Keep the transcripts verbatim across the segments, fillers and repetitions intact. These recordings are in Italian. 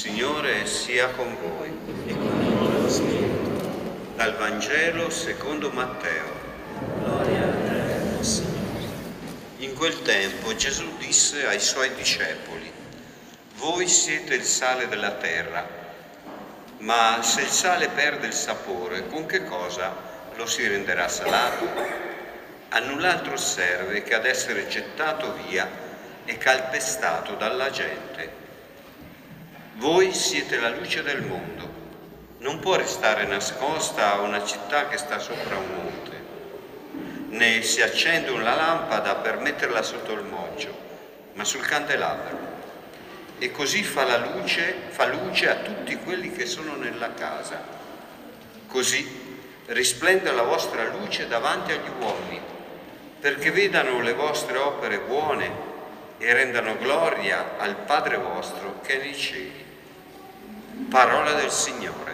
Signore sia con voi. E con il tuo spirito. Dal Vangelo secondo Matteo. Gloria a te, Signore. In quel tempo Gesù disse ai suoi discepoli: voi siete il sale della terra, ma se il sale perde il sapore, con che cosa lo si renderà salato? A null'altro serve che ad essere gettato via e calpestato dalla gente. Voi siete la luce del mondo. Non può restare nascosta una città che sta sopra un monte, né si accende una lampada per metterla sotto il moggio, ma sul candelabro. E così fa la luce, fa luce a tutti quelli che sono nella casa. Così risplenda la vostra luce davanti agli uomini, perché vedano le vostre opere buone e rendano gloria al Padre vostro che è nei cieli. Parola del Signore.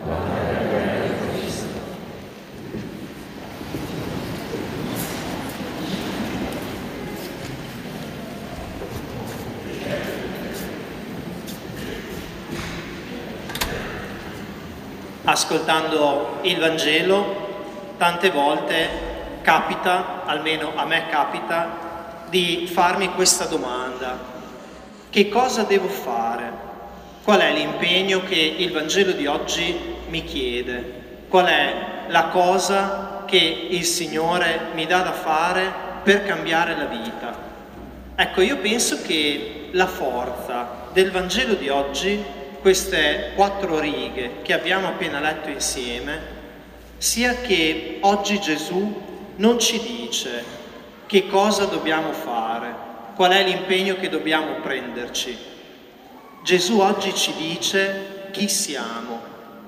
Ascoltando il Vangelo, tante volte capita, almeno a me capita, di farmi questa domanda: che cosa devo fare? Qual è l'impegno che il Vangelo di oggi mi chiede? Qual è la cosa che il Signore mi dà da fare per cambiare la vita? Ecco, io penso che la forza del Vangelo di oggi, queste quattro righe che abbiamo appena letto insieme, sia che oggi Gesù non ci dice che cosa dobbiamo fare, qual è l'impegno che dobbiamo prenderci. Gesù oggi ci dice chi siamo,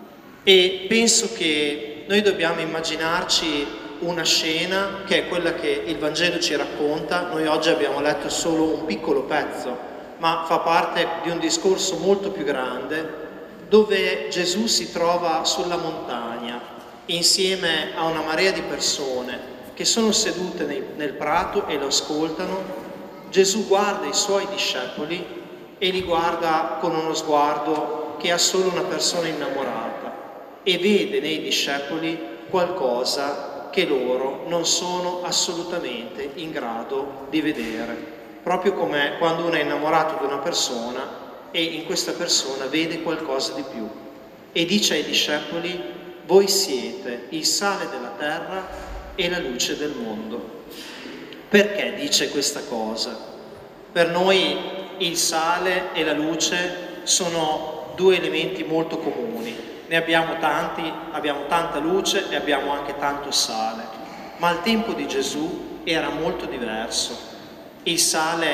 e penso che noi dobbiamo immaginarci una scena che è quella che il Vangelo ci racconta. Noi oggi abbiamo letto solo un piccolo pezzo, ma fa parte di un discorso molto più grande, dove Gesù si trova sulla montagna insieme a una marea di persone che sono sedute nei, nel prato e lo ascoltano. Gesù guarda i suoi discepoli e li guarda con uno sguardo che ha solo una persona innamorata, e vede nei discepoli qualcosa che loro non sono assolutamente in grado di vedere. Proprio come quando uno è innamorato di una persona e in questa persona vede qualcosa di più. E dice ai discepoli: voi siete il sale della terra e la luce del mondo. Perché dice questa cosa? Per noi il sale e la luce sono due elementi molto comuni. Ne abbiamo tanti, abbiamo tanta luce e abbiamo anche tanto sale. Ma al tempo di Gesù era molto diverso. Il sale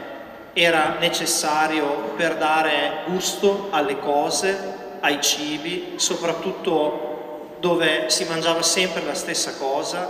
era necessario per dare gusto alle cose, ai cibi, soprattutto dove si mangiava sempre la stessa cosa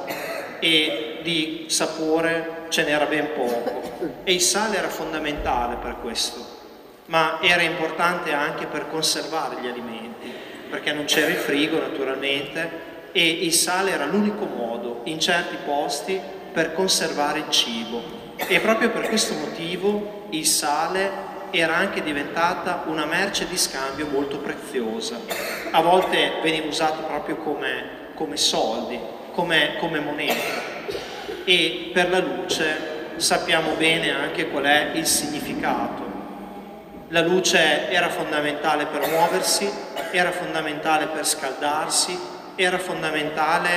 e di sapore ce n'era ben poco. E il sale era fondamentale per questo, ma era importante anche per conservare gli alimenti, perché non c'era il frigo naturalmente, e il sale era l'unico modo in certi posti per conservare il cibo. E proprio per questo motivo il sale era anche diventata una merce di scambio molto preziosa. A volte veniva usato proprio come, come soldi, come, come moneta. E per la luce sappiamo bene anche qual è il significato. La luce era fondamentale per muoversi, era fondamentale per scaldarsi, era fondamentale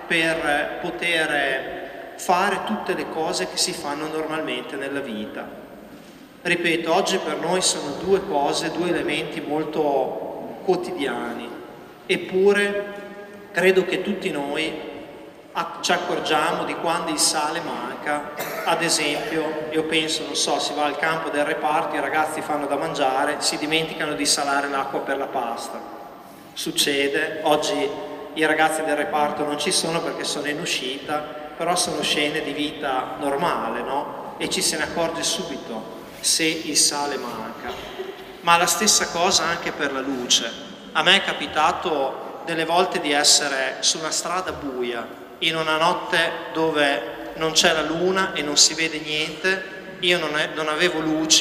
per poter fare tutte le cose che si fanno normalmente nella vita. Ripeto, oggi per noi sono due cose, due elementi molto quotidiani, eppure credo che tutti noi ci accorgiamo di quando il sale manca. Ad esempio, io penso, non so, si va al campo del reparto, i ragazzi fanno da mangiare, si dimenticano di salare l'acqua per la pasta. Succede, oggi i ragazzi del reparto non ci sono perché sono in uscita, però sono scene di vita normale, no? E ci se ne accorge subito se il sale manca. Ma la stessa cosa anche per la luce. A me è capitato delle volte di essere su una strada buia, in una notte dove non c'è la luna e non si vede niente. Io non, è, non avevo luci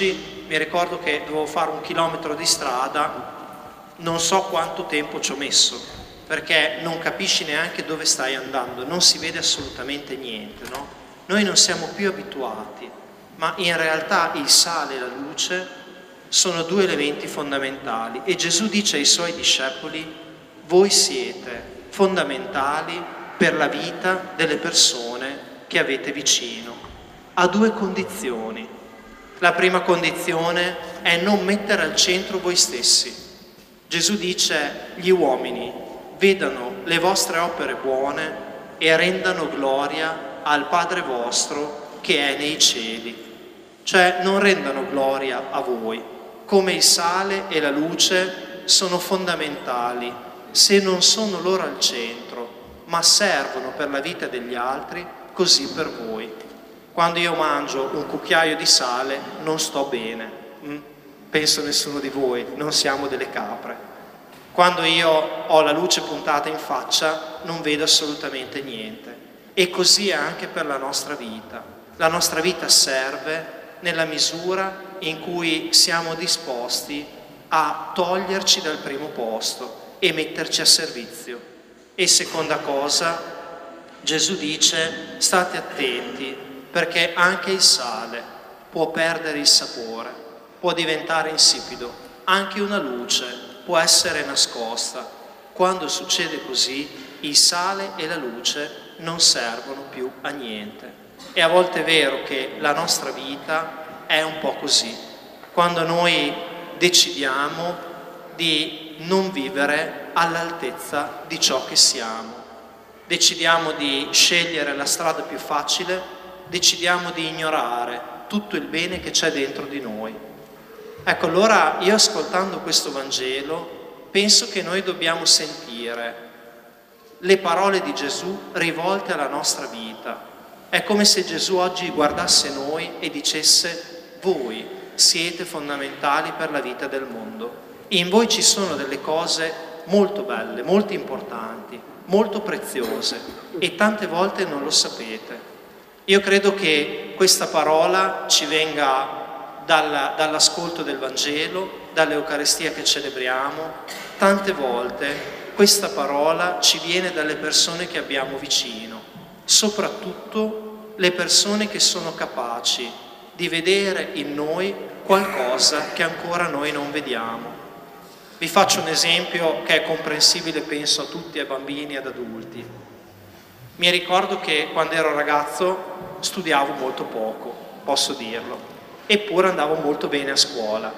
mi ricordo che dovevo fare un chilometro di strada, non so quanto tempo ci ho messo, perché non capisci neanche dove stai andando, non si vede assolutamente niente, no? Noi non siamo più abituati, ma in realtà il sale e la luce sono due elementi fondamentali e Gesù dice ai suoi discepoli: voi siete fondamentali per la vita delle persone che avete vicino, a due condizioni. La prima condizione è non mettere al centro voi stessi. Gesù dice: gli uomini vedano le vostre opere buone e rendano gloria al Padre vostro che è nei cieli. Cioè non rendano gloria a voi. Come il sale e la luce sono fondamentali, se non sono loro al centro, ma servono per la vita degli altri, così per voi. Quando io mangio un cucchiaio di sale non sto bene, hm? Penso nessuno di voi, non siamo delle capre. Quando io ho la luce puntata in faccia non vedo assolutamente niente. E così è anche per la nostra vita. La nostra vita serve nella misura in cui siamo disposti a toglierci dal primo posto e metterci a servizio. E seconda cosa, Gesù dice: state attenti, perché anche il sale può perdere il sapore, può diventare insipido, anche una luce può essere nascosta. Quando succede così, il sale e la luce non servono più a niente. E a volte è vero che la nostra vita è un po' così. Quando noi decidiamo di non vivere all'altezza di ciò che siamo, decidiamo di scegliere la strada più facile, decidiamo di ignorare tutto il bene che c'è dentro di noi. Ecco, allora io ascoltando questo Vangelo penso che noi dobbiamo sentire le parole di Gesù rivolte alla nostra vita. È come se Gesù oggi guardasse noi e dicesse: voi siete fondamentali per la vita del mondo. In voi ci sono delle cose molto belle, molto importanti, molto preziose e tante volte non lo sapete. Io credo che questa parola ci venga dalla, dall'ascolto del Vangelo, dall'Eucaristia che celebriamo. Tante volte questa parola ci viene dalle persone che abbiamo vicino, soprattutto le persone che sono capaci di vedere in noi qualcosa che ancora noi non vediamo. Vi faccio un esempio che è comprensibile, penso, a tutti, ai bambini e ad adulti. Mi ricordo che quando ero ragazzo studiavo molto poco, posso dirlo, eppure andavo molto bene a scuola.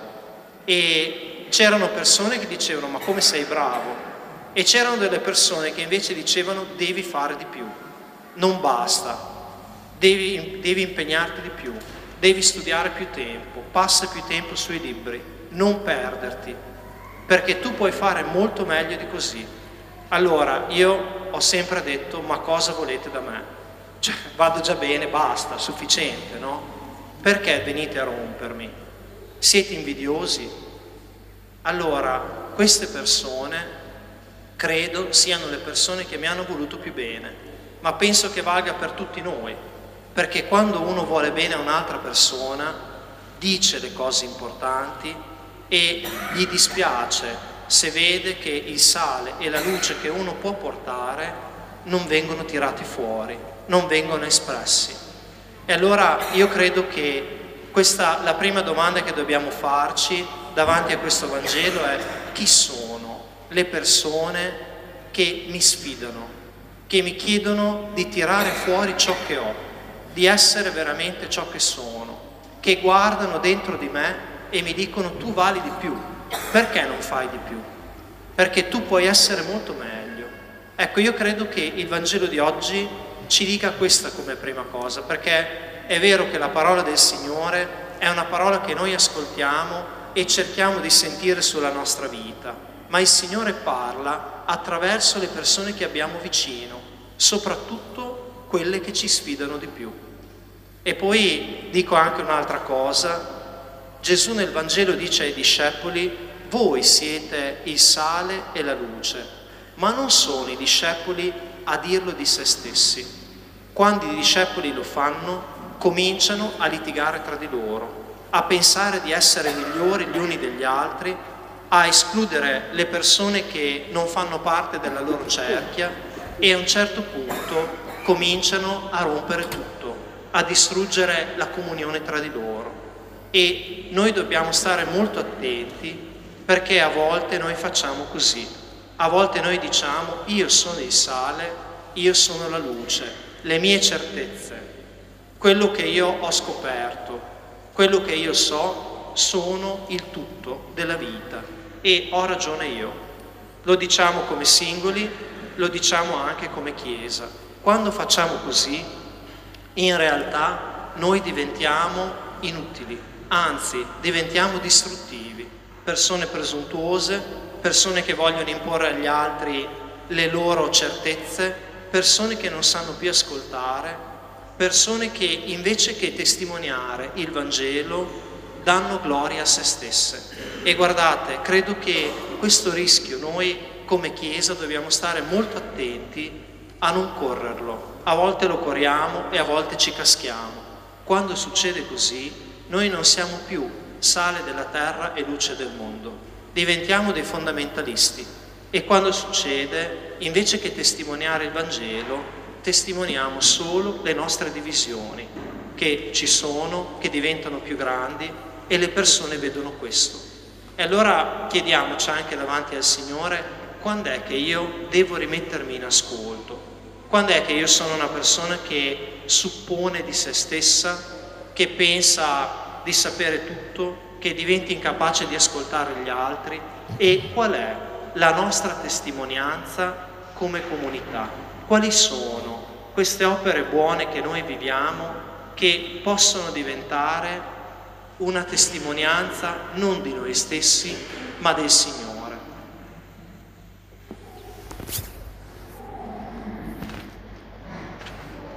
E c'erano persone che dicevano: ma come sei bravo? E c'erano delle persone che invece dicevano: devi fare di più, non basta, devi, devi impegnarti di più, devi studiare più tempo, passa più tempo sui libri, non perderti, perché tu puoi fare molto meglio di così. Allora io ho sempre detto: ma cosa volete da me? Cioè, vado già bene, basta, sufficiente, no? Perché venite a rompermi? Siete invidiosi? Allora, queste persone credo siano le persone che mi hanno voluto più bene, ma penso che valga per tutti noi, perché quando uno vuole bene a un'altra persona dice le cose importanti e gli dispiace se vede che il sale e la luce che uno può portare non vengono tirati fuori, non vengono espressi. E allora io credo che questa, la prima domanda che dobbiamo farci davanti a questo Vangelo è: chi sono le persone che mi sfidano, che mi chiedono di tirare fuori ciò che ho, di essere veramente ciò che sono, che guardano dentro di me e mi dicono: tu vali di più, perché non fai di più? Perché tu puoi essere molto meglio. Ecco, io credo che il Vangelo di oggi ci dica questa come prima cosa, perché è vero che la parola del Signore è una parola che noi ascoltiamo e cerchiamo di sentire sulla nostra vita, ma il Signore parla attraverso le persone che abbiamo vicino, soprattutto quelle che ci sfidano di più. E poi dico anche un'altra cosa: Gesù nel Vangelo dice ai discepoli: voi siete il sale e la luce, ma non sono i discepoli a dirlo di se stessi. Quando i discepoli lo fanno, cominciano a litigare tra di loro, a pensare di essere migliori gli uni degli altri, a escludere le persone che non fanno parte della loro cerchia e a un certo punto cominciano a rompere tutto, a distruggere la comunione tra di loro. E noi dobbiamo stare molto attenti, perché a volte noi facciamo così. A volte noi diciamo: io sono il sale, io sono la luce, le mie certezze, quello che io ho scoperto, quello che io so sono il tutto della vita e ho ragione io. Lo diciamo come singoli, lo diciamo anche come Chiesa. Quando facciamo così, in realtà noi diventiamo inutili, anzi diventiamo distruttivi, persone presuntuose, persone che vogliono imporre agli altri le loro certezze, persone che non sanno più ascoltare, persone che invece che testimoniare il Vangelo danno gloria a se stesse. E guardate, credo che questo rischio noi come Chiesa dobbiamo stare molto attenti a non correrlo. A volte lo corriamo e a volte ci caschiamo. Quando succede così, noi non siamo più sale della terra e luce del mondo, diventiamo dei fondamentalisti e quando succede, invece che testimoniare il Vangelo, testimoniamo solo le nostre divisioni che ci sono, che diventano più grandi e le persone vedono questo. E allora chiediamoci anche davanti al Signore: quando è che io devo rimettermi in ascolto? Quando è che io sono una persona che suppone di se stessa, che pensa di sapere tutto, che diventi incapace di ascoltare gli altri? E qual è la nostra testimonianza come comunità? Quali sono queste opere buone che noi viviamo che possono diventare una testimonianza non di noi stessi ma del Signore?